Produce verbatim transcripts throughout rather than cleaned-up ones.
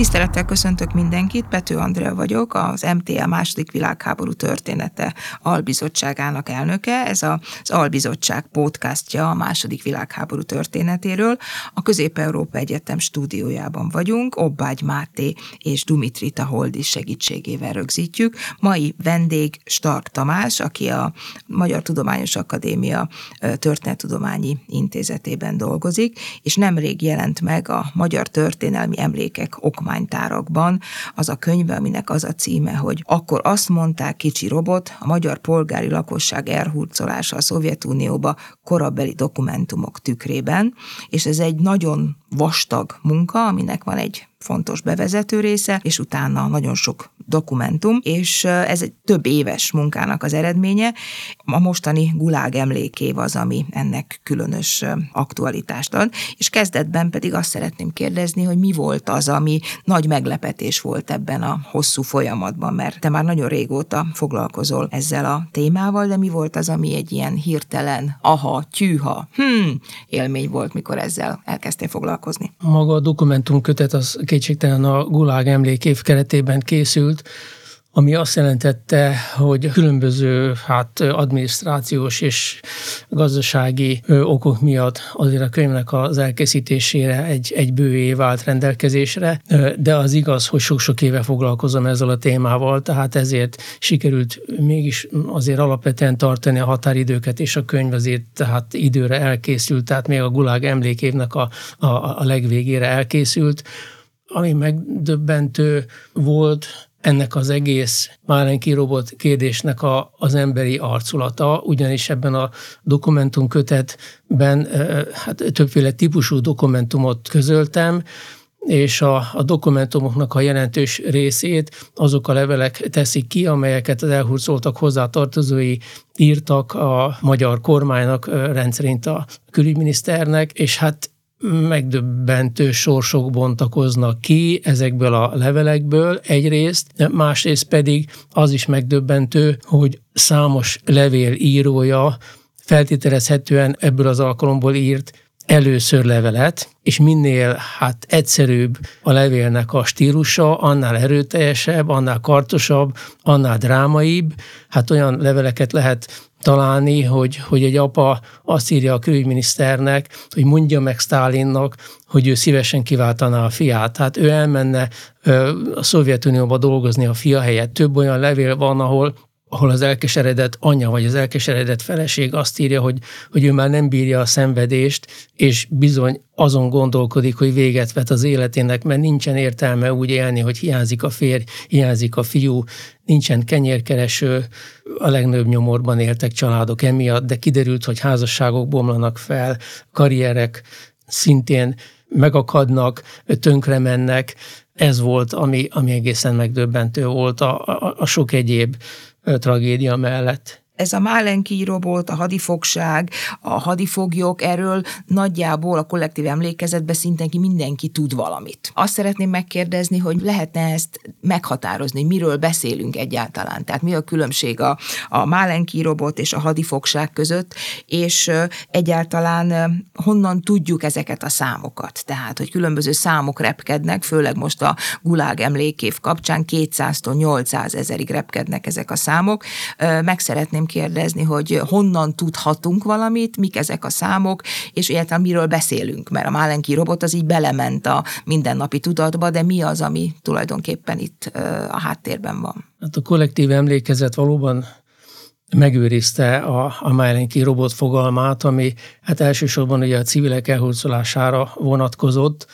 Tisztelettel köszöntök mindenkit, Pető Andrea vagyok, az em té el második világháború története albizottságának elnöke. Ez az albizottság podcastja a második világháború történetéről. A Közép-Európa Egyetem stúdiójában vagyunk, Obbágy Máté és Dumitrita Holdis segítségével rögzítjük. Mai vendég Stark Tamás, aki a Magyar Tudományos Akadémia Történettudományi Intézetében dolgozik, és nemrég jelent meg a Magyar Történelmi Emlékek okmánytárakban az a könyve, aminek az a címe, hogy Akkor azt mondták, kicsi robot, a magyar polgári lakosság elhurcolása a Szovjetunióba korabeli dokumentumok tükrében, és ez egy nagyon vastag munka, aminek van egy fontos bevezető része, és utána nagyon sok dokumentum, és ez egy több éves munkának az eredménye. A mostani Gulág emlékév az, ami ennek különös aktualitást ad, és kezdetben pedig azt szeretném kérdezni, hogy mi volt az, ami nagy meglepetés volt ebben a hosszú folyamatban, mert te már nagyon régóta foglalkozol ezzel a témával, de mi volt az, ami egy ilyen hirtelen, aha, tyűha, hmm, élmény volt, mikor ezzel elkezdtél foglalkozni? Maga a dokumentumkötet az kétségtelen a Gulág emlékév keretében készült, ami azt jelentette, hogy különböző hát, adminisztrációs és gazdasági ö, okok miatt azért a könyvnek az elkészítésére egy, egy bő év állt rendelkezésre, de az igaz, hogy sok-sok éve foglalkozom ezzel a témával, tehát ezért sikerült mégis azért alapvetően tartani a határidőket, és a könyv azért tehát időre elkészült, tehát még a Gulág emlékévnek a, a, a legvégére elkészült. Ami megdöbbentő volt, ennek az egész Málenki robot kérdésnek a, az emberi arculata, ugyanis ebben a dokumentumkötetben hát többféle típusú dokumentumot közöltem, és a, a dokumentumoknak a jelentős részét azok a levelek teszik ki, amelyeket az elhurcoltak hozzátartozói írtak a magyar kormánynak, rendszerint a külügyminiszternek, és hát megdöbbentő sorsok bontakoznak ki ezekből a levelekből egyrészt, másrészt pedig az is megdöbbentő, hogy számos levél írója feltételezhetően ebből az alkalomból írt először levelet, és minél hát egyszerűbb a levélnek a stílusa, annál erőteljesebb, annál kartosabb, annál drámaibb. Hát olyan leveleket lehet találni, hogy, hogy egy apa azt írja a külügyminiszternek, hogy mondja meg Sztálinnak, hogy ő szívesen kiváltaná a fiát. Hát ő elmenne a Szovjetunióba dolgozni a fia helyett. Több olyan levél van, ahol ahol az elkeseredett anya vagy az elkeseredett feleség azt írja, hogy, hogy ő már nem bírja a szenvedést, és bizony azon gondolkodik, hogy véget vet az életének, mert nincsen értelme úgy élni, hogy hiányzik a férj, hiányzik a fiú, nincsen kenyérkereső, a legnagyobb nyomorban éltek családok emiatt, de kiderült, hogy házasságok bomlanak fel, karrierek szintén megakadnak, tönkre mennek. Ez volt, ami, ami egészen megdöbbentő volt a, a, a sok egyéb tragédia mellett. Ez a Málenki robot, a hadifogság, a hadifoglyok, erről nagyjából a kollektív emlékezetben szinte mindenki tud valamit. Azt szeretném megkérdezni, hogy lehetne ezt meghatározni, hogy miről beszélünk egyáltalán. Tehát mi a különbség a, a Málenki robot és a hadifogság között, és egyáltalán honnan tudjuk ezeket a számokat. Tehát, hogy különböző számok repkednek, főleg most a Gulág emlékév kapcsán kétszáztól nyolcszázezerig repkednek ezek a számok. Meg szeretném kérdezni, hogy honnan tudhatunk valamit, mik ezek a számok, és egyáltalán miről beszélünk, mert a Málenki robot az így belement a mindennapi tudatba, de mi az, ami tulajdonképpen itt a háttérben van? Hát a kollektív emlékezet valóban megőrizte a, a Málenki robot fogalmát, ami hát elsősorban ugye a civilek elhurcolására vonatkozott,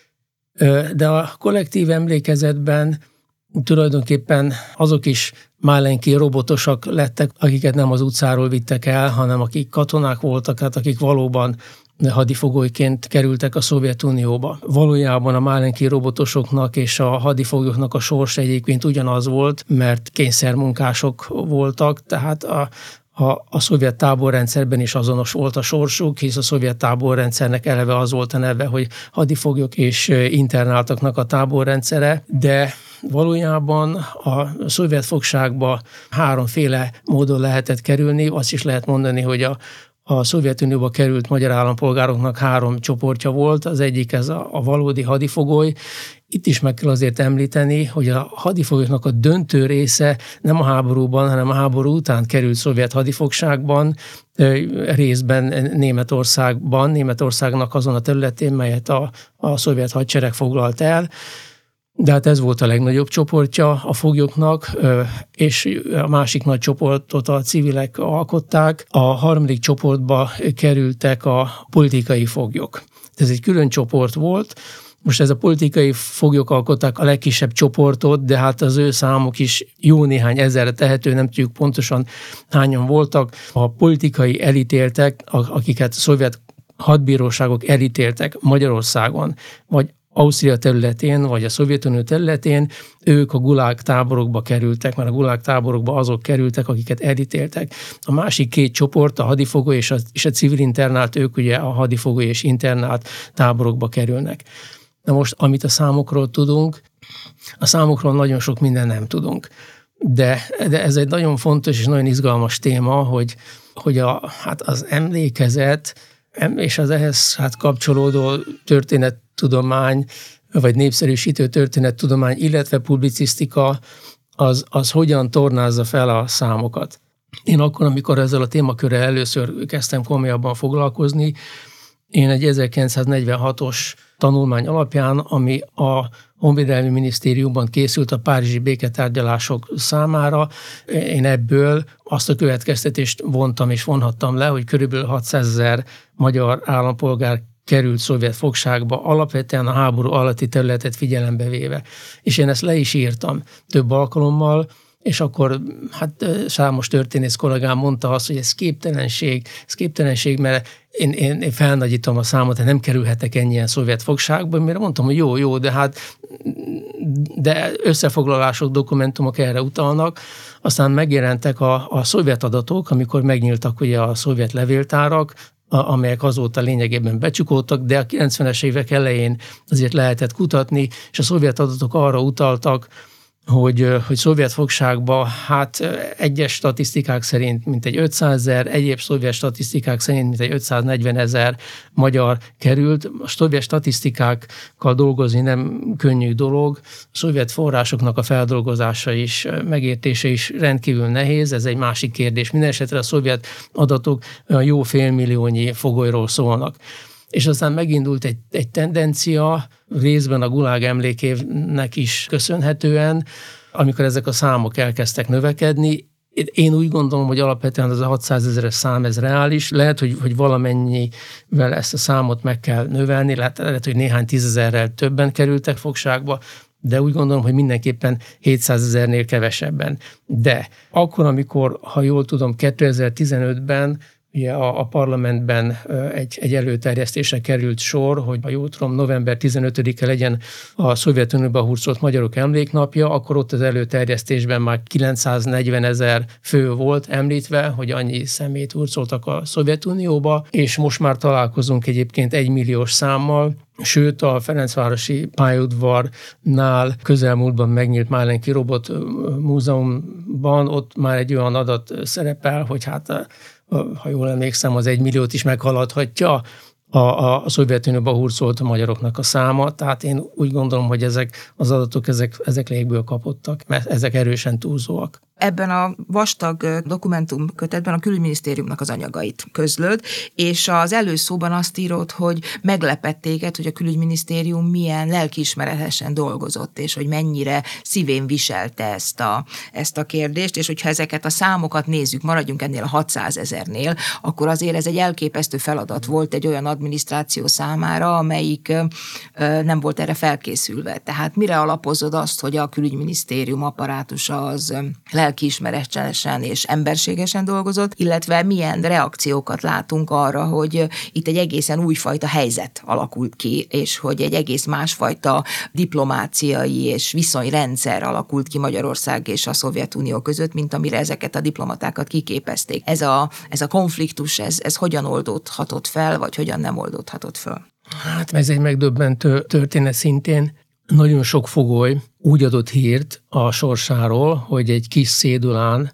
de a kollektív emlékezetben tulajdonképpen azok is Málenki robotosak lettek, akiket nem az utcáról vittek el, hanem akik katonák voltak, hát akik valóban hadifogolyként kerültek a Szovjetunióba. Valójában a Málenki robotosoknak és a hadifoglyoknak a sors egyébként ugyanaz volt, mert kényszermunkások voltak, tehát a A, a szovjet táborrendszerben is azonos volt a sorsuk, hisz a szovjet táborrendszernek eleve az volt a neve, hogy hadifoglyok és internáltaknak a táborrendszere, de valójában a szovjet fogságba háromféle módon lehetett kerülni. Azt is lehet mondani, hogy a, a Szovjetunióba került magyar állampolgároknak három csoportja volt, az egyik ez a, a valódi hadifogoly. Itt is meg kell azért említeni, hogy a hadifogolyoknak a döntő része nem a háborúban, hanem a háború után került szovjet hadifogságban, részben Németországban, Németországnak azon a területén, melyet a, a szovjet hadsereg foglalt el. De hát ez volt a legnagyobb csoportja a foglyoknak, és a másik nagy csoportot a civilek alkották. A harmadik csoportba kerültek a politikai foglyok. Ez egy külön csoport volt. Most ez a politikai foglyok alkották a legkisebb csoportot, de hát az ő számuk is jó néhány ezerre tehető, nem tudjuk pontosan hányan voltak. A politikai elítéltek, akiket a szovjet hadbíróságok elítéltek Magyarországon, vagy Ausztria területén, vagy a Szovjetunió területén, ők a gulág táborokba kerültek, mert a gulág táborokba azok kerültek, akiket elítéltek. A másik két csoport, a hadifogoly és a, és a civil internált, ők ugye a hadifogoly és internált táborokba kerülnek. Na most, amit a számokról tudunk, a számokról nagyon sok minden nem tudunk. De, de ez egy nagyon fontos és nagyon izgalmas téma, hogy, hogy a, hát az emlékezet és az ehhez hát kapcsolódó történettudomány, vagy népszerűsítő történettudomány, illetve publicisztika, az, az hogyan tornázza fel a számokat. Én akkor, amikor ezzel a témakörrel először kezdtem komolyabban foglalkozni, én egy ezerkilencszáznegyvenhatos tanulmány alapján, ami a Honvédelmi Minisztériumban készült a párizsi béketárgyalások számára, én ebből azt a következtetést vontam és vonhattam le, hogy körülbelül hatszázezer magyar állampolgár került szovjet fogságba, alapvetően a háború alatti területet figyelembe véve. És én ezt le is írtam több alkalommal, és akkor hát számos történész kollégám mondta azt, hogy ez képtelenség, ez képtelenség, mert én, én, én felnagyítom a számot, hogy nem kerülhetek ennyien szovjet fogságba, mire mondtam, hogy jó, jó, de hát de összefoglalások, dokumentumok erre utalnak. Aztán megjelentek a, a szovjet adatok, amikor megnyíltak ugye a szovjet levéltárak, amelyek azóta lényegében becsukódtak, de a kilencvenes évek elején azért lehetett kutatni, és a szovjet adatok arra utaltak, hogy, hogy szovjet fogságba, hát egyes statisztikák szerint mintegy ötszázezer, egyéb szovjet statisztikák szerint mintegy ötszáznegyvenezer magyar került. A szovjet statisztikákkal dolgozni nem könnyű dolog. A szovjet forrásoknak a feldolgozása is, megértése is rendkívül nehéz, ez egy másik kérdés. Mindenesetre a szovjet adatok jó félmilliónyi fogolyról szólnak. És aztán megindult egy, egy tendencia, részben a Gulág emlékévnek is köszönhetően, amikor ezek a számok elkezdtek növekedni. Én úgy gondolom, hogy alapvetően az a hatszázezeres szám ez reális. Lehet, hogy, hogy valamennyivel ezt a számot meg kell növelni, lehet, lehet, hogy néhány tízezerrel többen kerültek fogságba, de úgy gondolom, hogy mindenképpen hétszázezernél kevesebben. De akkor, amikor, ha jól tudom, kétezer-tizenötben ugye a, a parlamentben egy, egy előterjesztésre került sor, hogy ha jól tudom, november tizenötödike legyen a Szovjetunióban hurcolt magyarok emléknapja, akkor ott az előterjesztésben már kilencszáznegyvenezer fő volt említve, hogy annyi személyt hurcoltak a Szovjetunióba, és most már találkozunk egyébként egymilliós számmal, sőt a Ferencvárosi pályaudvarnál közelmúltban megnyílt Málenki Robot Múzeumban, ott már egy olyan adat szerepel, hogy hát ha jól emlékszem, az egy milliót is meghaladhatja a, a, a Szovjetunióban hurcolt magyaroknak a száma. Tehát én úgy gondolom, hogy ezek az adatok, ezek, ezek légből kapottak, mert ezek erősen túlzóak. Ebben a vastag dokumentumkötetben a Külügyminisztériumnak az anyagait közlöd, és az előszóban azt írod, hogy meglepett téged, hogy a Külügyminisztérium milyen lelkiismeretesen dolgozott, és hogy mennyire szívén viselte ezt a, ezt a kérdést, és hogyha ezeket a számokat nézzük, maradjunk ennél a hatszázezernél, akkor azért ez egy elképesztő feladat volt egy olyan adminisztráció számára, amelyik nem volt erre felkészülve. Tehát mire alapozod azt, hogy a Külügyminisztérium apparátusa az lelkiismeretesen és emberségesen dolgozott, illetve milyen reakciókat látunk arra, hogy itt egy egészen újfajta helyzet alakult ki, és hogy egy egész másfajta diplomáciai és viszonyrendszer alakult ki Magyarország és a Szovjetunió között, mint amire ezeket a diplomatákat kiképezték. Ez a, ez a konfliktus, ez, ez hogyan oldódhatott fel, vagy hogyan nem oldódhatott fel? Hát ez egy megdöbbentő történet szintén. Nagyon sok fogoly úgy adott hírt a sorsáról, hogy egy kis cédulán,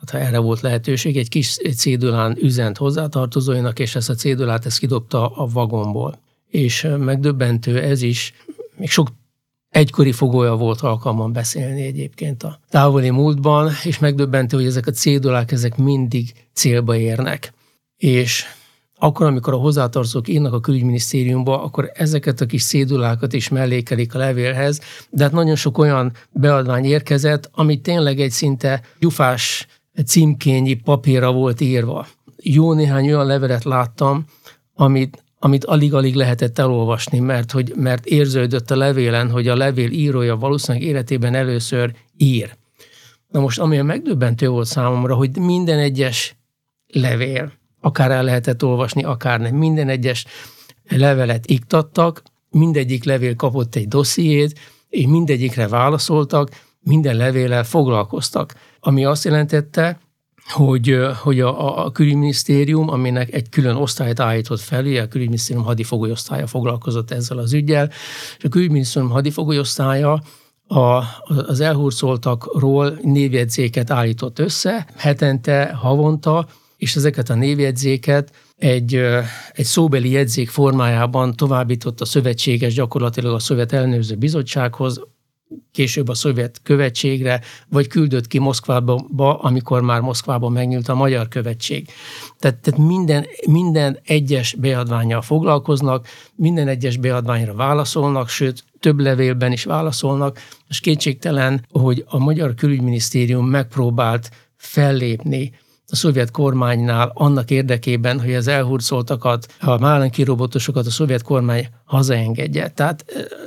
hát ha erre volt lehetőség, egy kis cédulán üzent hozzátartozóinak, és ezt a cédulát ezt kidobta a vagonból. És megdöbbentő ez is, még sok egykori fogolya volt alkalmam beszélni egyébként a távoli múltban, és megdöbbentő, hogy ezek a cédulák, ezek mindig célba érnek. És akkor, amikor a hozzátartozók írnak a külügyminisztériumba, akkor ezeket a kis cédulákat is mellékelik a levélhez, de hát nagyon sok olyan beadvány érkezett, ami tényleg egy szinte gyufás címkényi papírra volt írva. Jó néhány olyan levelet láttam, amit amit alig-alig lehetett elolvasni, mert, hogy, mert érződött a levélen, hogy a levél írója valószínűleg életében először ír. Na most, ami a megdöbbentő volt számomra, hogy minden egyes levél, akár el lehetett olvasni, akár nem, minden egyes levelet iktattak, mindegyik levél kapott egy dossziét, és mindegyikre válaszoltak, minden levéllel foglalkoztak. Ami azt jelentette, hogy, hogy a, a külügyminisztérium, aminek egy külön osztályt állított fel, ugye a külügyminisztérium hadifogolyosztálya foglalkozott ezzel az üggyel, és a külügyminisztérium hadifogolyosztálya a, az elhurcoltakról névjegyzéket állított össze, hetente, havonta, és ezeket a névjegyzéket egy, egy szóbeli jegyzék formájában továbbított a szövetséges, gyakorlatilag a Szovjet Ellenőrző Bizottsághoz, később a szovjet követségre, vagy küldött ki Moszkvába, amikor már Moszkvában megnyílt a magyar követség. Tehát, tehát minden, minden egyes beadvánnyal foglalkoznak, minden egyes beadványra válaszolnak, sőt, több levélben is válaszolnak, és kétségtelen, hogy a magyar külügyminisztérium megpróbált fellépni a szovjet kormánynál annak érdekében, hogy az elhurcoltakat, a Málenki robotosokat a szovjet kormány hazaengedje. Tehát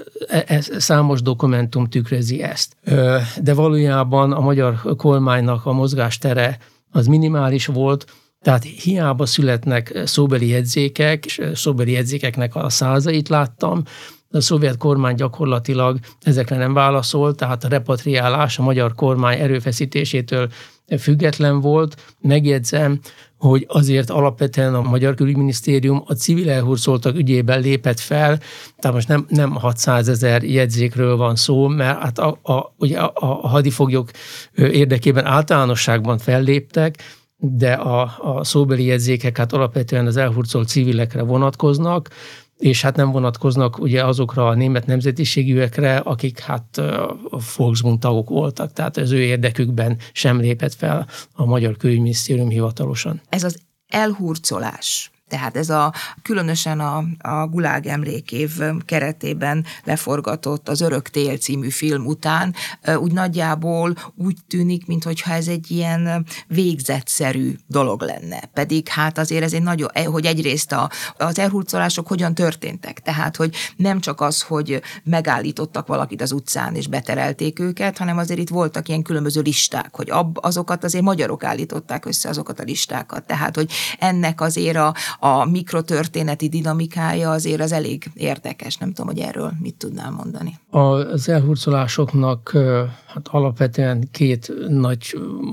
ez, számos dokumentum tükrözi ezt. De valójában a magyar kormánynak a mozgástere az minimális volt, tehát hiába születnek szóbeli jegyzékek, és szóbeli jegyzékeknek a százait láttam, a szovjet kormány gyakorlatilag ezekre nem válaszolt, tehát a repatriálás a magyar kormány erőfeszítésétől független volt. Megjegyzem, hogy azért alapvetően a magyar külügyminisztérium a civil elhurcoltak ügyében lépett fel, tehát most nem, nem hatszázezer jegyzékről van szó, mert hát a, a, ugye a, a hadifoglyok érdekében általánosságban felléptek, de a, a szóbeli jegyzékek hát alapvetően az elhurcolt civilekre vonatkoznak, és hát nem vonatkoznak ugye azokra a német nemzetiségűekre, akik hát a Volksbund tagok voltak, tehát az ő érdekükben sem lépett fel a magyar külügyminisztérium hivatalosan. Ez az elhurcolás, tehát ez a különösen a, a Gulág emlékév keretében leforgatott az Örök tél című film után úgy nagyjából úgy tűnik, mintha ez egy ilyen végzetszerű dolog lenne. Pedig hát azért ez egy nagyon, hogy egyrészt a, az elhurcolások hogyan történtek. Tehát, hogy nem csak az, hogy megállítottak valakit az utcán és beterelték őket, hanem azért itt voltak ilyen különböző listák, hogy ab, azokat azért magyarok állították össze, azokat a listákat. Tehát, hogy ennek azért a a mikrotörténeti dinamikája azért az elég érdekes. Nem tudom, hogy erről mit tudnál mondani. Az elhurcolásoknak hát alapvetően két nagy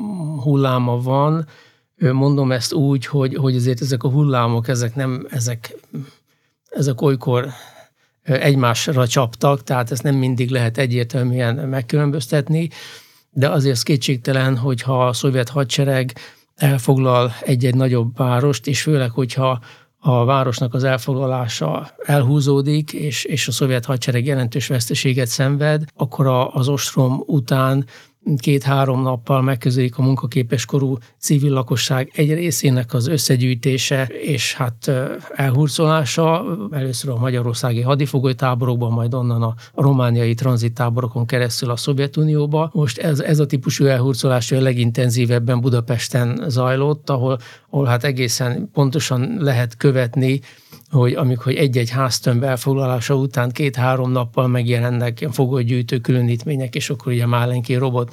hulláma van. Mondom ezt úgy, hogy, hogy azért ezek a hullámok, ezek nem, ezek, ezek olykor egymásra csaptak, tehát ezt nem mindig lehet egyértelműen megkülönböztetni, de azért kétségtelen, hogyha a szovjet hadsereg elfoglal egy-egy nagyobb várost, és főleg, hogyha a városnak az elfoglalása elhúzódik, és, és a szovjet hadsereg jelentős veszteséget szenved, akkor a, az ostrom után két-három nappal megkezdődik a munkaképes korú civil lakosság egy részének az összegyűjtése és hát elhurcolása, először a magyarországi hadifogolytáborokban, majd onnan a, a romániai tranzittáborokon keresztül a Szovjetunióba. Most ez, ez a típusú elhurcolás a legintenzívebben Budapesten zajlott, ahol, ahol hát egészen pontosan lehet követni, hogy amikor egy-egy háztömb elfoglalása után két-három nappal megjelennek ilyen fogolygyűjtő különítmények, és akkor ugye Málenki robot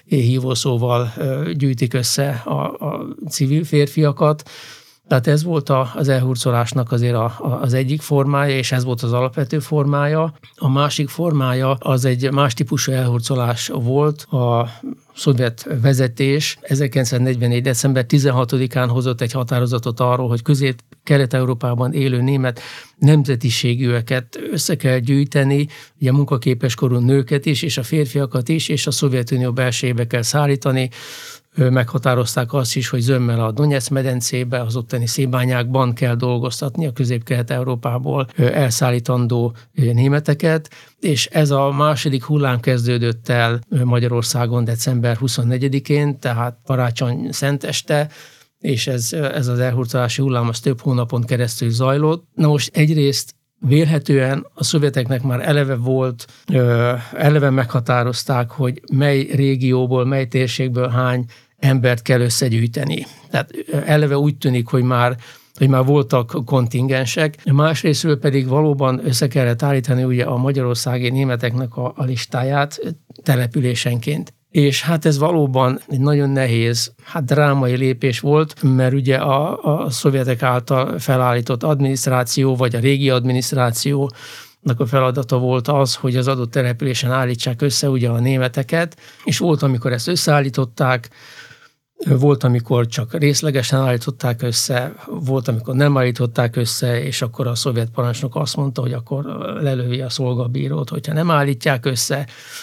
hívószóval gyűjtik össze a, a civil férfiakat. Tehát ez volt az elhurcolásnak azért a, a, az egyik formája, és ez volt az alapvető formája. A másik formája az egy más típusú elhurcolás volt. A szovjet vezetés ezerkilencszáznegyvennégy. december tizenhatodikán hozott egy határozatot arról, hogy Közép-Kelet-Európában élő német nemzetiségűeket össze kell gyűjteni, ugye munkaképes korú nőket is, és a férfiakat is, és a Szovjetunió belsejébe kell szállítani, meghatározták azt is, hogy zömmel a Donetsz medencébe, az ottani szénbányákban kell dolgoztatni a Közép-Kelet-Európából elszállítandó németeket, és ez a második hullám kezdődött el Magyarországon december huszonnegyedikén, tehát karácsony szenteste, és ez, ez az elhurcolási hullám az több hónapon keresztül zajlott. Na most egyrészt vélhetően a szovjeteknek már eleve volt, eleve meghatározták, hogy mely régióból, mely térségből hány embert kell összegyűjteni. Tehát eleve úgy tűnik, hogy már, hogy már voltak kontingensek. Másrésztről pedig valóban össze kellett állítani ugye a magyarországi németeknek a, a listáját településenként. És hát ez valóban egy nagyon nehéz, hát drámai lépés volt, mert ugye a, a szovjetek által felállított adminisztráció, vagy a régi adminisztrációnak a feladata volt az, hogy az adott településen állítsák össze ugye a németeket, és volt, amikor ezt összeállították, volt, amikor csak részlegesen állították össze, volt, amikor nem állították össze, és akkor a szovjet parancsnok azt mondta, hogy akkor lelövi a szolgabírót, hogyha nem állítják össze.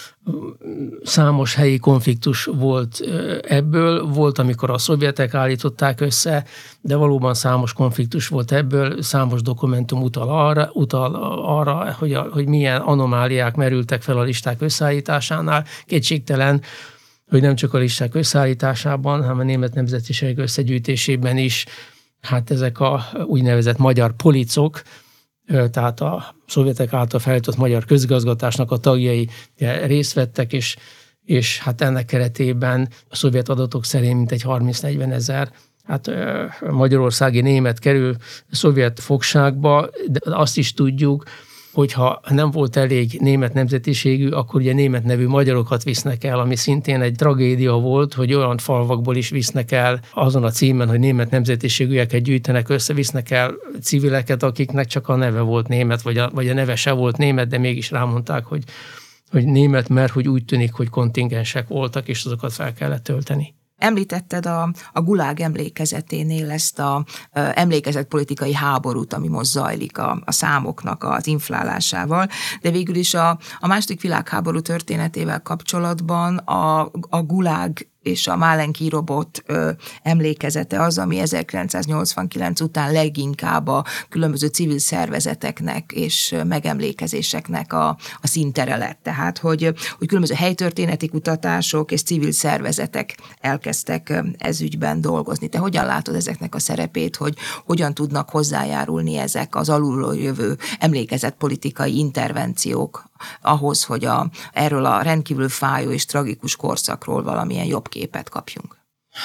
Számos helyi konfliktus volt ebből, volt, amikor a szovjetek állították össze, de valóban számos konfliktus volt ebből, számos dokumentum utal arra, utal arra hogy, a, hogy milyen anomáliák merültek fel a listák összeállításánál. Kétségtelen, hogy nem csak a listák összeállításában, hanem a német nemzetiség összegyűjtésében is, hát ezek a úgynevezett magyar policok, tehát a szovjetek által felállított magyar közigazgatásnak a tagjai részt vettek, és, és hát ennek keretében a szovjet adatok szerint mintegy harminc-negyven ezer hát magyarországi német kerül szovjet fogságba, de azt is tudjuk, hogyha nem volt elég német nemzetiségű, akkor ugye német nevű magyarokat visznek el, ami szintén egy tragédia volt, hogy olyan falvakból is visznek el azon a címen, hogy német nemzetiségűeket gyűjtenek össze, visznek el civileket, akiknek csak a neve volt német, vagy a, vagy a neve se volt német, de mégis rámondták, hogy, hogy német, mert hogy úgy tűnik, hogy kontingensek voltak, és azokat fel kellett tölteni. Említetted a, a Gulág emlékezeténél ezt a, a emlékezetpolitikai háborút, ami most zajlik a, a számoknak az inflálásával, de végül is a, a második világháború történetével kapcsolatban a, a Gulág és a Málenki robot ö, emlékezete az, ami ezerkilencszáznyolcvankilenc után leginkább a különböző civil szervezeteknek és megemlékezéseknek a, a színtere lett. Tehát, hogy, hogy különböző helytörténeti kutatások és civil szervezetek elkezdtek ez ügyben dolgozni. Te hogyan látod ezeknek a szerepét, hogy hogyan tudnak hozzájárulni ezek az alulról jövő emlékezetpolitikai intervenciók ahhoz, hogy a, erről a rendkívül fájó és tragikus korszakról valamilyen jobb képet kapjunk?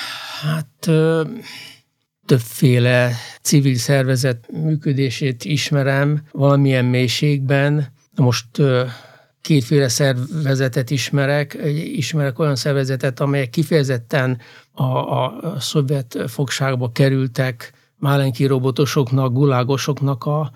Hát ö, többféle civil szervezet működését ismerem valamilyen mélységben. Most ö, kétféle szervezetet ismerek. Ismerek olyan szervezetet, amelyek kifejezetten a, a szovjet fogságba kerültek Málenki robotosoknak, gulágosoknak a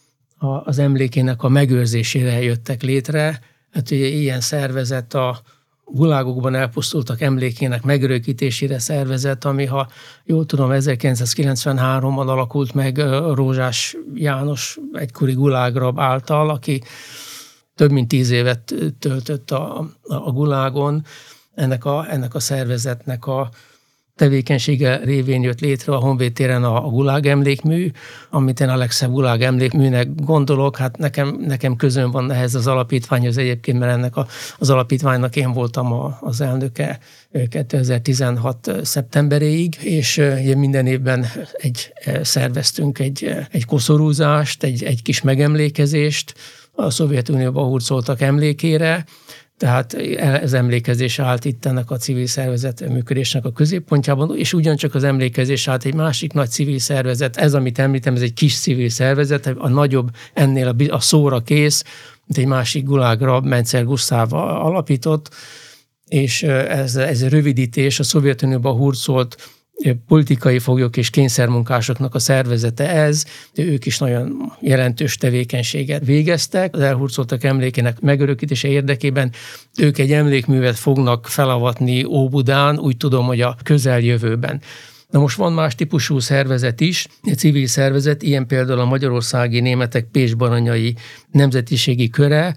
az emlékének a megőrzésére jöttek létre. Hát ugye ilyen szervezet a gulágokban elpusztultak emlékének megörökítésére szervezet, ami, ha jól tudom, ezerkilencszázkilencvenháromban alakult meg Rózsás János egykori gulágrab által, aki több mint tíz évet töltött a, a gulágon. Ennek a, ennek a szervezetnek a tevékenysége révén jött létre a Honvéd téren a, a Gulág emlékmű, amit én a legszebb Gulág emlékműnek gondolok. Hát nekem, nekem közön van ehhez az alapítványhoz egyébként, mert ennek a, az alapítványnak én voltam a, az elnöke kétezer-tizenhat szeptemberéig, és ugye minden évben egy, szerveztünk egy, egy koszorúzást, egy, egy kis megemlékezést a Szovjetunióba hurcoltak emlékére. Tehát ez emlékezés állt itt ennek a civil szervezet működésnek a középpontjában, és ugyancsak az emlékezés állt egy másik nagy civil szervezet, ez, amit említem, ez egy kis civil szervezet, a nagyobb ennél a, a szóra kész, mint egy másik gulágrab, Mencer Gusztáv alapított, és ez, ez a rövidítés a Szovjetunióba hurcolt politikai foglyok és kényszermunkásoknak a szervezete ez, de ők is nagyon jelentős tevékenységet végeztek. Az elhurcoltak emlékének megörökítése érdekében ők egy emlékművet fognak felavatni Óbudán, úgy tudom, hogy a közeljövőben. Na most van más típusú szervezet is, egy civil szervezet, ilyen például a magyarországi németek Pécs-Baranyai Nemzetiségi Köre,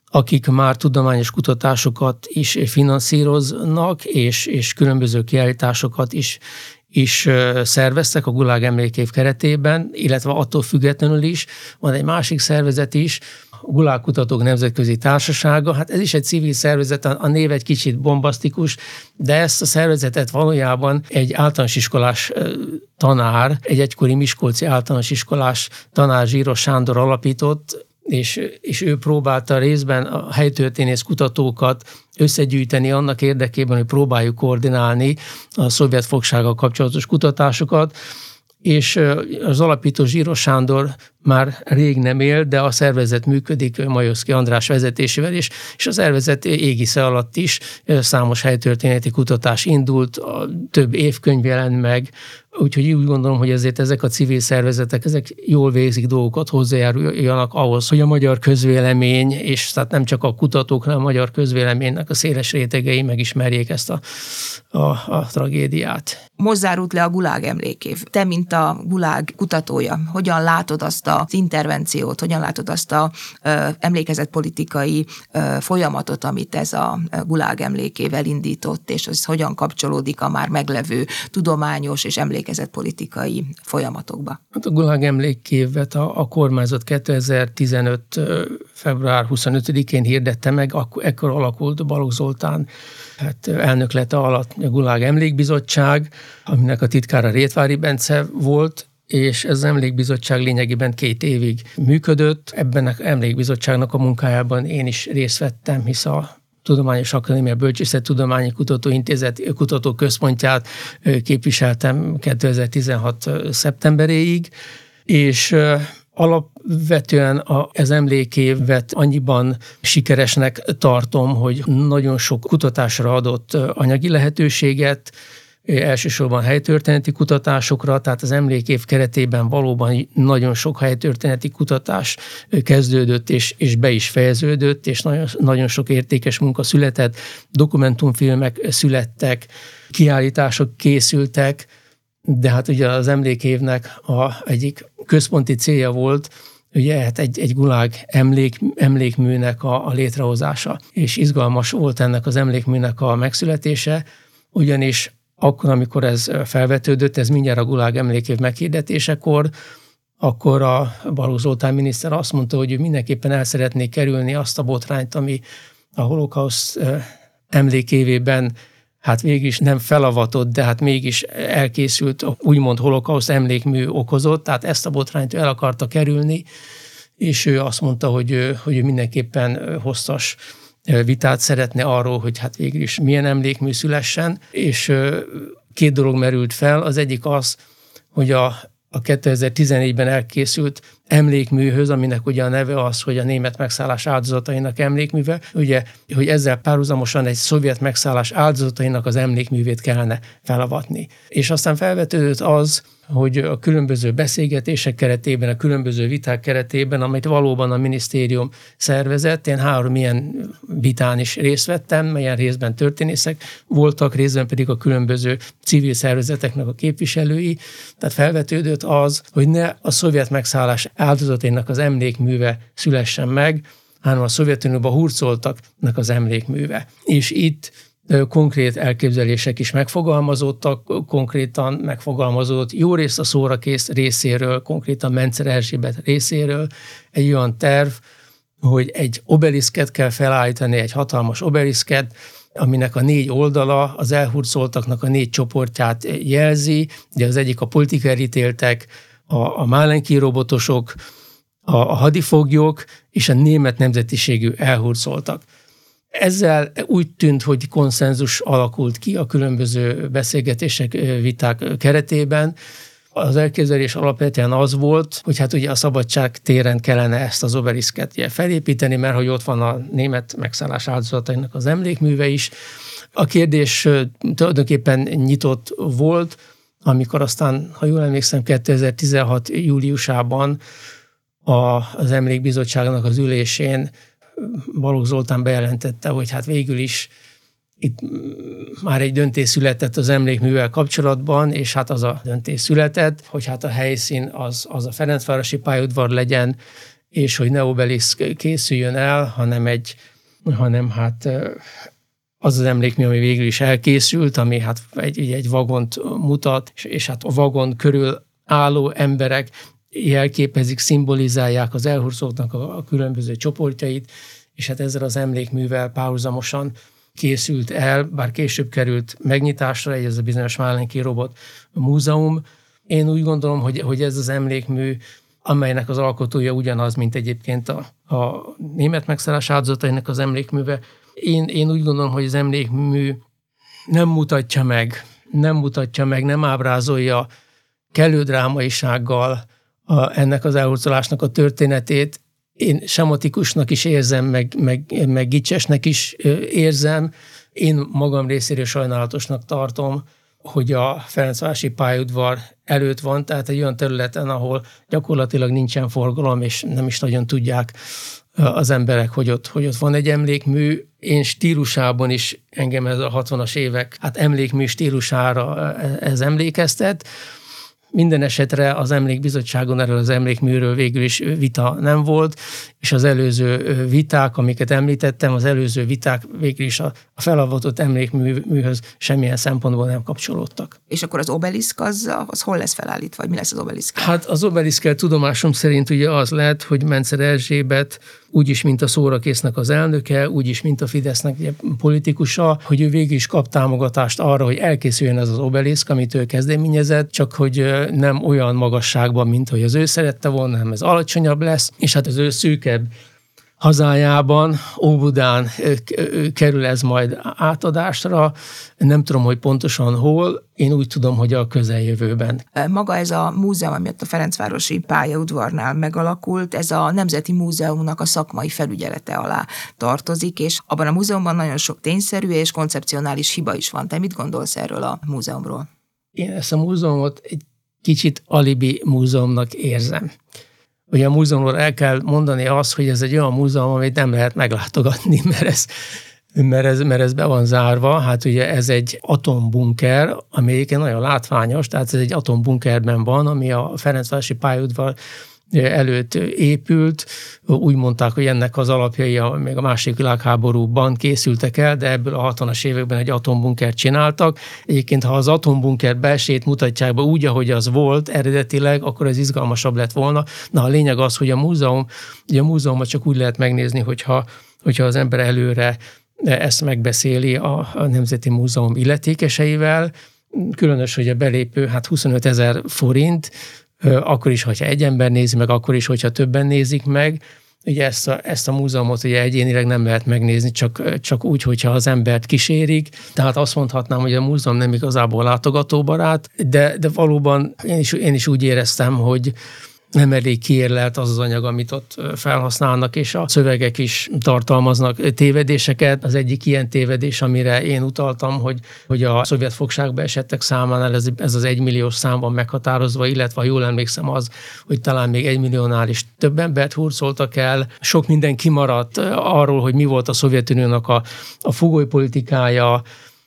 akik már tudományos kutatásokat is finanszíroznak, és, és különböző kiállításokat is, is szerveztek a Gulág emlékév keretében, illetve attól függetlenül is van egy másik szervezet is, a Gulág Kutatók Nemzetközi Társasága. Hát ez is egy civil szervezet, a név egy kicsit bombasztikus, de ezt a szervezetet valójában egy általános iskolás tanár, egy egykori miskolci általános iskolás tanár, Zsíros Sándor alapított, és, és ő próbálta részben a helytörténész kutatókat összegyűjteni annak érdekében, hogy próbáljuk koordinálni a szovjet fogsággal kapcsolatos kutatásokat, és az alapító Zsíros Sándor már rég nem él, de a szervezet működik Majewski András vezetésével, és, és a szervezet égisze alatt is számos helytörténeti kutatás indult, több évkönyv jelent meg, úgyhogy úgy gondolom, hogy ezért ezek a civil szervezetek, ezek jól végzik dolgokat, hozzájáruljanak ahhoz, hogy a magyar közvélemény, és tehát nem csak a kutatók, hanem a magyar közvéleménynek a széles rétegei megismerjék ezt a, a, a tragédiát. Most zárult le a Gulág emlékév. Te, mint a Gulág kutatója, hogyan látod azt az intervenciót, hogyan látod azt a ö, emlékezetpolitikai ö, folyamatot, amit ez a Gulág emlékév elindított, és az hogyan kapcsolódik a már meglevő tudományos és emlékezetpolitikai folyamatokba? Hát a Gulág emlékévet a, a kormányzat kétezer-tizenöt. február huszonötödikén hirdette meg, akkor ekkor alakult Balogh Zoltán hát elnöklete alatt a Gulág Emlékbizottság, aminek a titkára Rétvári Bence volt, és ez az emlékbizottság lényegében két évig működött. Ebben az emlékbizottságnak a munkájában én is részt vettem, hisz a Tudományos Akadémia Bölcsészettudományi Kutatóintézet kutatóközpontját képviseltem kétezer-tizenhat. szeptemberéig, és alapvetően az emlékévet annyiban sikeresnek tartom, hogy nagyon sok kutatásra adott anyagi lehetőséget, elsősorban helytörténeti kutatásokra, tehát az emlékév keretében valóban nagyon sok helytörténeti kutatás kezdődött és, és be is fejeződött, és nagyon, nagyon sok értékes munka született, dokumentumfilmek születtek, kiállítások készültek, de hát ugye az emlékévnek a egyik központi célja volt, ugye hát egy, egy Gulág emlék, emlékműnek a, a létrehozása, és izgalmas volt ennek az emlékműnek a megszületése, ugyanis akkor, amikor ez felvetődött, ez mindjárt a Gulág emlékév meghirdetésekor, akkor a Balogh Zoltán miniszter azt mondta, hogy ő mindenképpen el szeretné kerülni azt a botrányt, ami a holokauszt emlékévében hát végig is nem felavatott, de hát mégis elkészült, úgymond holokauszt emlékmű okozott, tehát ezt a botrányt el akarta kerülni, és ő azt mondta, hogy ő, hogy ő mindenképpen hosszas vitát szeretne arról, hogy hát végül is milyen emlékmű szülessen, és két dolog merült fel. Az egyik az, hogy a, a kétezer-tizennégyben elkészült emlékműhöz, aminek ugye a neve az, hogy a német megszállás áldozatainak emlékműve, ugye, hogy ezzel párhuzamosan egy szovjet megszállás áldozatainak az emlékművét kellene felavatni. És aztán felvetődött az, hogy a különböző beszélgetések keretében, a különböző viták keretében, amit valóban a minisztérium szervezett, én három ilyen vitán is részt vettem, melyen részben történészek voltak, részben pedig a különböző civil szervezeteknek a képviselői. Tehát felvetődött az, hogy ne a szovjet megszállás áldozatainak az emlékműve szülessen meg, hanem a Szovjetunióban hurcoltaknak az emlékműve. És itt konkrét elképzelések is megfogalmazódtak, konkrétan megfogalmazódott jó részt a szórakész részéről, konkrétan Mencer Erzsébet részéről egy olyan terv, hogy egy obeliszket kell felállítani, egy hatalmas obeliszket, aminek a négy oldala az elhurcoltaknak a négy csoportját jelzi, de az egyik a politikai elítéltek, a, a málenki robotosok, a, a hadifoglyok és a német nemzetiségű elhurcoltak. Ezzel úgy tűnt, hogy konszenzus alakult ki a különböző beszélgetések, viták keretében. Az elképzelés alapvetően az volt, hogy hát ugye a Szabadság téren kellene ezt az obeliszket felépíteni, mert hogy ott van a német megszállás áldozatainak az emlékműve is. A kérdés tulajdonképpen nyitott volt, amikor aztán, ha jól emlékszem, kétezer-tizenhat júliusában az Emlékbizottságnak az ülésén Balogh Zoltán bejelentette, hogy hát végül is itt már egy döntés született az emlékművel kapcsolatban, és hát az a döntés született, hogy hát a helyszín az, az a Ferencvárosi pályaudvar legyen, és hogy ne obeliszk készüljön el, hanem egy, hanem hát az az emlékmű, ami végül is elkészült, ami hát egy, egy vagont mutat, és, és hát a vagon körül álló emberek jelképezik, szimbolizálják az elhurcoltnak a, a különböző csoportjait, és hát ezzel az emlékművel párhuzamosan készült el, bár később került megnyitásra, ez a bizonyos Málneki Robot Múzeum. Én úgy gondolom, hogy, hogy ez az emlékmű, amelynek az alkotója ugyanaz, mint egyébként a, a német megszállás áldozatainak az emlékműve. Én, én úgy gondolom, hogy az emlékmű nem mutatja meg, nem mutatja meg, nem ábrázolja kellő drámaisággal a, ennek az elhurcolásnak a történetét. Én sematikusnak is érzem, meg, meg, meg gicsesnek is érzem. Én magam részéről sajnálatosnak tartom, hogy a Ferencvárosi pályaudvar előtt van, tehát egy olyan területen, ahol gyakorlatilag nincsen forgalom, és nem is nagyon tudják az emberek, hogy ott, hogy ott van egy emlékmű. Én stílusában is engem ez a hatvanas évek, hát emlékmű stílusára ez emlékeztet. Minden esetre az emlékbizottságon erről az emlékműről végül is vita nem volt, és az előző viták, amiket említettem, az előző viták végül is a felavatott emlékműhöz semmilyen szempontból nem kapcsolódtak. És akkor az obeliszk az, az hol lesz felállítva, vagy mi lesz az obeliszk? Hát az obeliszkkel tudomásom szerint ugye az lett, hogy Menczer Erzsébet úgyis, mint a szórakésznek az elnöke, úgyis, mint a Fidesznek politikusa, hogy ő végül is kap támogatást arra, hogy elkészüljön ez az obeliszk, amit ő kezdeményezett, csak hogy nem olyan magasságban, mint hogy az ő szerette volna, hanem ez alacsonyabb lesz, és hát az ő szűkebb hazájában, Óbudán kerül ez majd átadásra. Nem tudom, hogy pontosan hol, én úgy tudom, hogy a közeljövőben. Maga ez a múzeum, ami ott a Ferencvárosi pályaudvarnál megalakult, ez a Nemzeti Múzeumnak a szakmai felügyelete alá tartozik, és abban a múzeumban nagyon sok tényszerű és koncepcionális hiba is van. Te mit gondolsz erről a múzeumról? Én ezt a múzeumot egy kicsit alibi múzeumnak érzem. Ugye a múzeumról el kell mondani azt, hogy ez egy olyan múzeum, amit nem lehet meglátogatni, mert ez, mert ez, mert ez be van zárva. Hát ugye ez egy atombunker, ami egyébként nagyon látványos, tehát ez egy atombunkerben van, ami a Ferencvárosi pályaudvar előtt épült. Úgy mondták, hogy ennek az alapjai a, még a második világháborúban készültek el, de ebből a hatvanas években egy atombunkert csináltak. Egyébként, ha az atombunker belsejét mutatják be úgy, ahogy az volt eredetileg, akkor ez izgalmasabb lett volna. Na, a lényeg az, hogy a múzeum, ugye a múzeumot csak úgy lehet megnézni, hogyha, hogyha az ember előre ezt megbeszéli a, a Nemzeti Múzeum illetékeseivel. Különös, hogy a belépő hát huszonöt ezer forint, akkor is, hogyha egy ember nézi meg, akkor is, hogyha többen nézik meg. Ugye ezt a, ezt a múzeumot ugye egyénileg nem lehet megnézni, csak, csak úgy, hogyha az embert kísérik. Tehát azt mondhatnám, hogy a múzeum nem igazából látogatóbarát, de, de valóban én is, én is úgy éreztem, hogy nem elég kiérlelt az az anyag, amit ott felhasználnak, és a szövegek is tartalmaznak tévedéseket. Az egyik ilyen tévedés, amire én utaltam, hogy, hogy a szovjet fogságba esettek számánál ez, ez az egymilliós szám van meghatározva, illetve ha jól emlékszem az, hogy talán még egymilliónál is több embert hurcoltak el. Sok minden kimaradt arról, hogy mi volt a Szovjetuniónak a, a fogolypolitikája,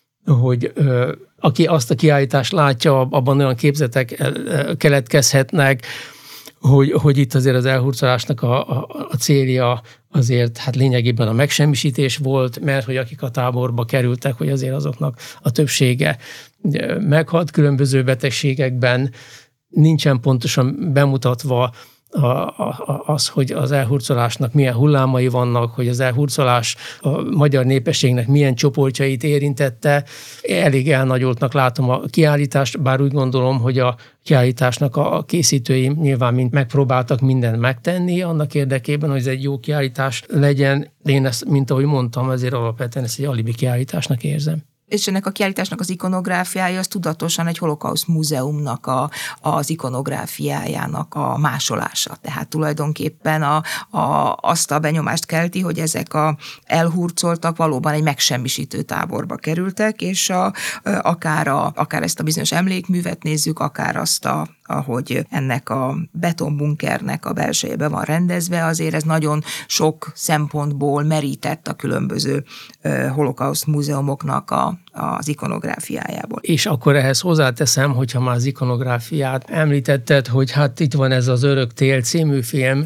hogy ö, aki azt a kiállítást látja, abban olyan képzetek keletkezhetnek, Hogy, hogy itt azért az elhurcolásnak a, a, a célja azért hát lényegében a megsemmisítés volt, mert hogy akik a táborba kerültek, hogy azért azoknak a többsége meghalt különböző betegségekben, nincsen pontosan bemutatva A, a, az, hogy az elhurcolásnak milyen hullámai vannak, hogy az elhurcolás a magyar népességnek milyen csoportjait érintette. Elég elnagyoltnak látom a kiállítást, bár úgy gondolom, hogy a kiállításnak a készítői nyilván mind megpróbáltak mindent megtenni annak érdekében, hogy ez egy jó kiállítás legyen. Én ezt, mint ahogy mondtam, ezért alapvetően ezt egy alibi kiállításnak érzem. És ennek a kiállításnak az ikonográfiája az tudatosan egy holokauszt múzeumnak a, az ikonográfiájának a másolása. Tehát tulajdonképpen a, a, azt a benyomást kelti, hogy ezek a elhurcoltak valóban egy megsemmisítő táborba kerültek, és a, akár, a, akár ezt a bizonyos emlékművet nézzük, akár azt a ahogy ennek a betonbunkernek a belseje be van rendezve, azért ez nagyon sok szempontból merített a különböző uh, holokauszt múzeumoknak a, az ikonográfiájából. És akkor ehhez hozzáteszem, hogyha már az ikonográfiát említetted, hogy hát itt van ez az Örök tél című film,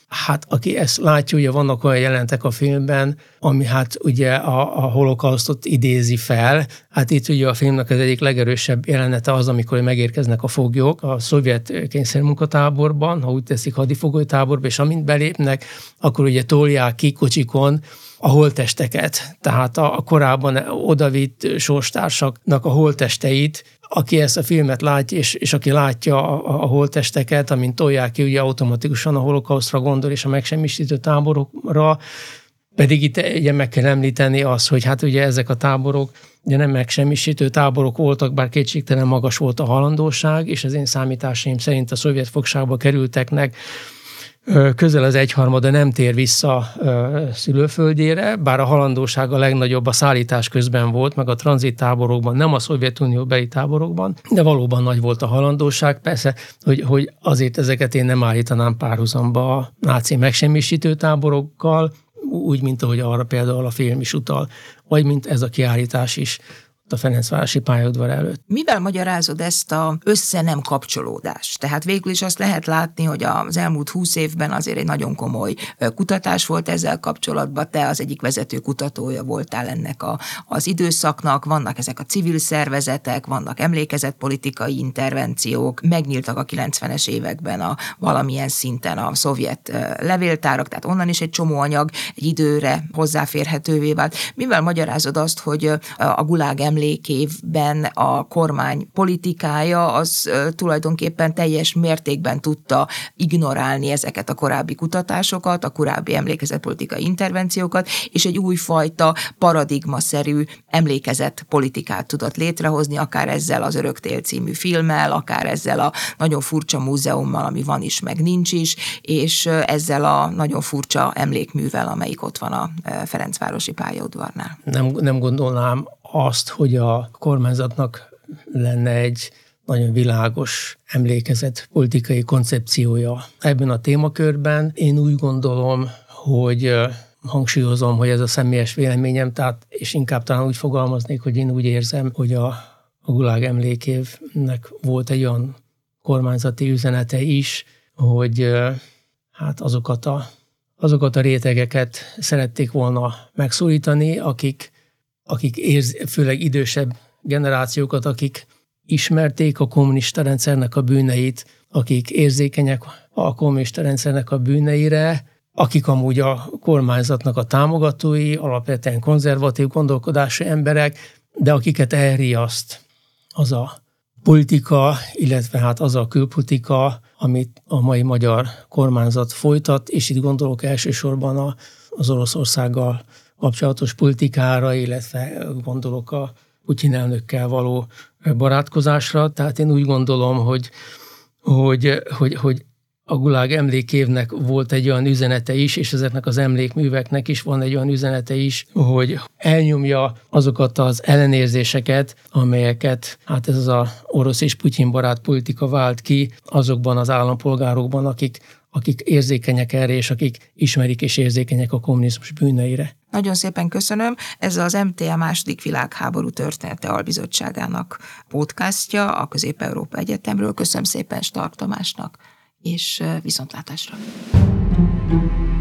Hát aki ezt látja, ugye vannak olyan jelentek a filmben, ami hát ugye a, a holokausztot idézi fel. Hát itt ugye a filmnek az egyik legerősebb jelenete az, amikor megérkeznek a foglyok a szovjet kényszermunkatáborban, ha úgy teszik, hadifogolytáborba, és amint belépnek, akkor ugye tolják ki kocsikon a holttesteket. Tehát a, a korábban odavitt sorstársaknak a holttesteit, aki ezt a filmet látja, és, és aki látja a, a holttesteket, amint tolják ki, ugye automatikusan a holokausztra gondol, és a megsemmisítő táborokra, pedig itt ugye meg kell említeni azt, hogy hát ugye ezek a táborok ugye nem megsemmisítő táborok voltak, bár kétségtelen magas volt a halandóság, és az én számításaim szerint a szovjet fogságba kerülteknek közel az egyharmada nem tér vissza szülőföldjére, bár a halandóság a legnagyobb a szállítás közben volt, meg a tranzittáborokban, nem a Szovjetunió beli táborokban, de valóban nagy volt a halandóság. Persze, hogy, hogy azért ezeket én nem állítanám párhuzamba a náci megsemmisítő táborokkal, úgy, mint ahogy arra például a film is utal, vagy mint ez a kiállítás is a Ferencvárosi pályaudvar előtt. Mivel magyarázod ezt a össze nem kapcsolódást? Tehát végül is azt lehet látni, hogy az elmúlt húsz évben azért egy nagyon komoly kutatás volt ezzel kapcsolatban, te az egyik vezető kutatója voltál ennek a, az időszaknak, vannak ezek a civil szervezetek, vannak emlékezetpolitikai intervenciók, megnyíltak a kilencvenes években a valamilyen szinten a szovjet levéltárak, tehát onnan is egy csomó anyag egy időre hozzáférhetővé vált. Mivel magyarázod azt, hogy a Gulág emlékévben a kormány politikája az tulajdonképpen teljes mértékben tudta ignorálni ezeket a korábbi kutatásokat, a korábbi emlékezetpolitikai intervenciókat, és egy újfajta paradigmaszerű emlékezetpolitikát tudott létrehozni, akár ezzel az Öröktél című filmmel, akár ezzel a nagyon furcsa múzeummal, ami van is, meg nincs is, és ezzel a nagyon furcsa emlékművel, amelyik ott van a Ferencvárosi pályaudvarnál. Nem, nem gondolnám azt, hogy a kormányzatnak lenne egy nagyon világos emlékezet politikai koncepciója ebben a témakörben. Én úgy gondolom, hogy hangsúlyozom, hogy ez a személyes véleményem, tehát, és inkább talán úgy fogalmaznék, hogy én úgy érzem, hogy a, a Gulág emlékévnek volt egy olyan kormányzati üzenete is, hogy hát azokat a, azokat a rétegeket szerették volna megszólítani, akik akik érz, főleg idősebb generációkat, akik ismerték a kommunista rendszernek a bűneit, akik érzékenyek a kommunista rendszernek a bűneire, akik amúgy a kormányzatnak a támogatói, alapvetően konzervatív gondolkodású emberek, de akiket elriaszt az a politika, illetve hát az a külpolitika, amit a mai magyar kormányzat folytat, és itt gondolok elsősorban a, az Oroszországgal kapcsolatos politikára, illetve gondolok a Putyin elnökkel való barátkozásra. Tehát én úgy gondolom, hogy, hogy, hogy, hogy a Gulág emlékévnek volt egy olyan üzenete is, és ezeknek az emlékműveknek is van egy olyan üzenete is, hogy elnyomja azokat az ellenérzéseket, amelyeket hát ez az a orosz és Putyin barát politika vált ki azokban az állampolgárokban, akik akik érzékenyek erre, és akik ismerik és érzékenyek a kommunizmus bűneire. Nagyon szépen köszönöm. Ez az em té á második világháború története albizottságának podcastja a Közép-Európa Egyetemről. Köszönöm szépen Stark Tamásnak, és viszontlátásra.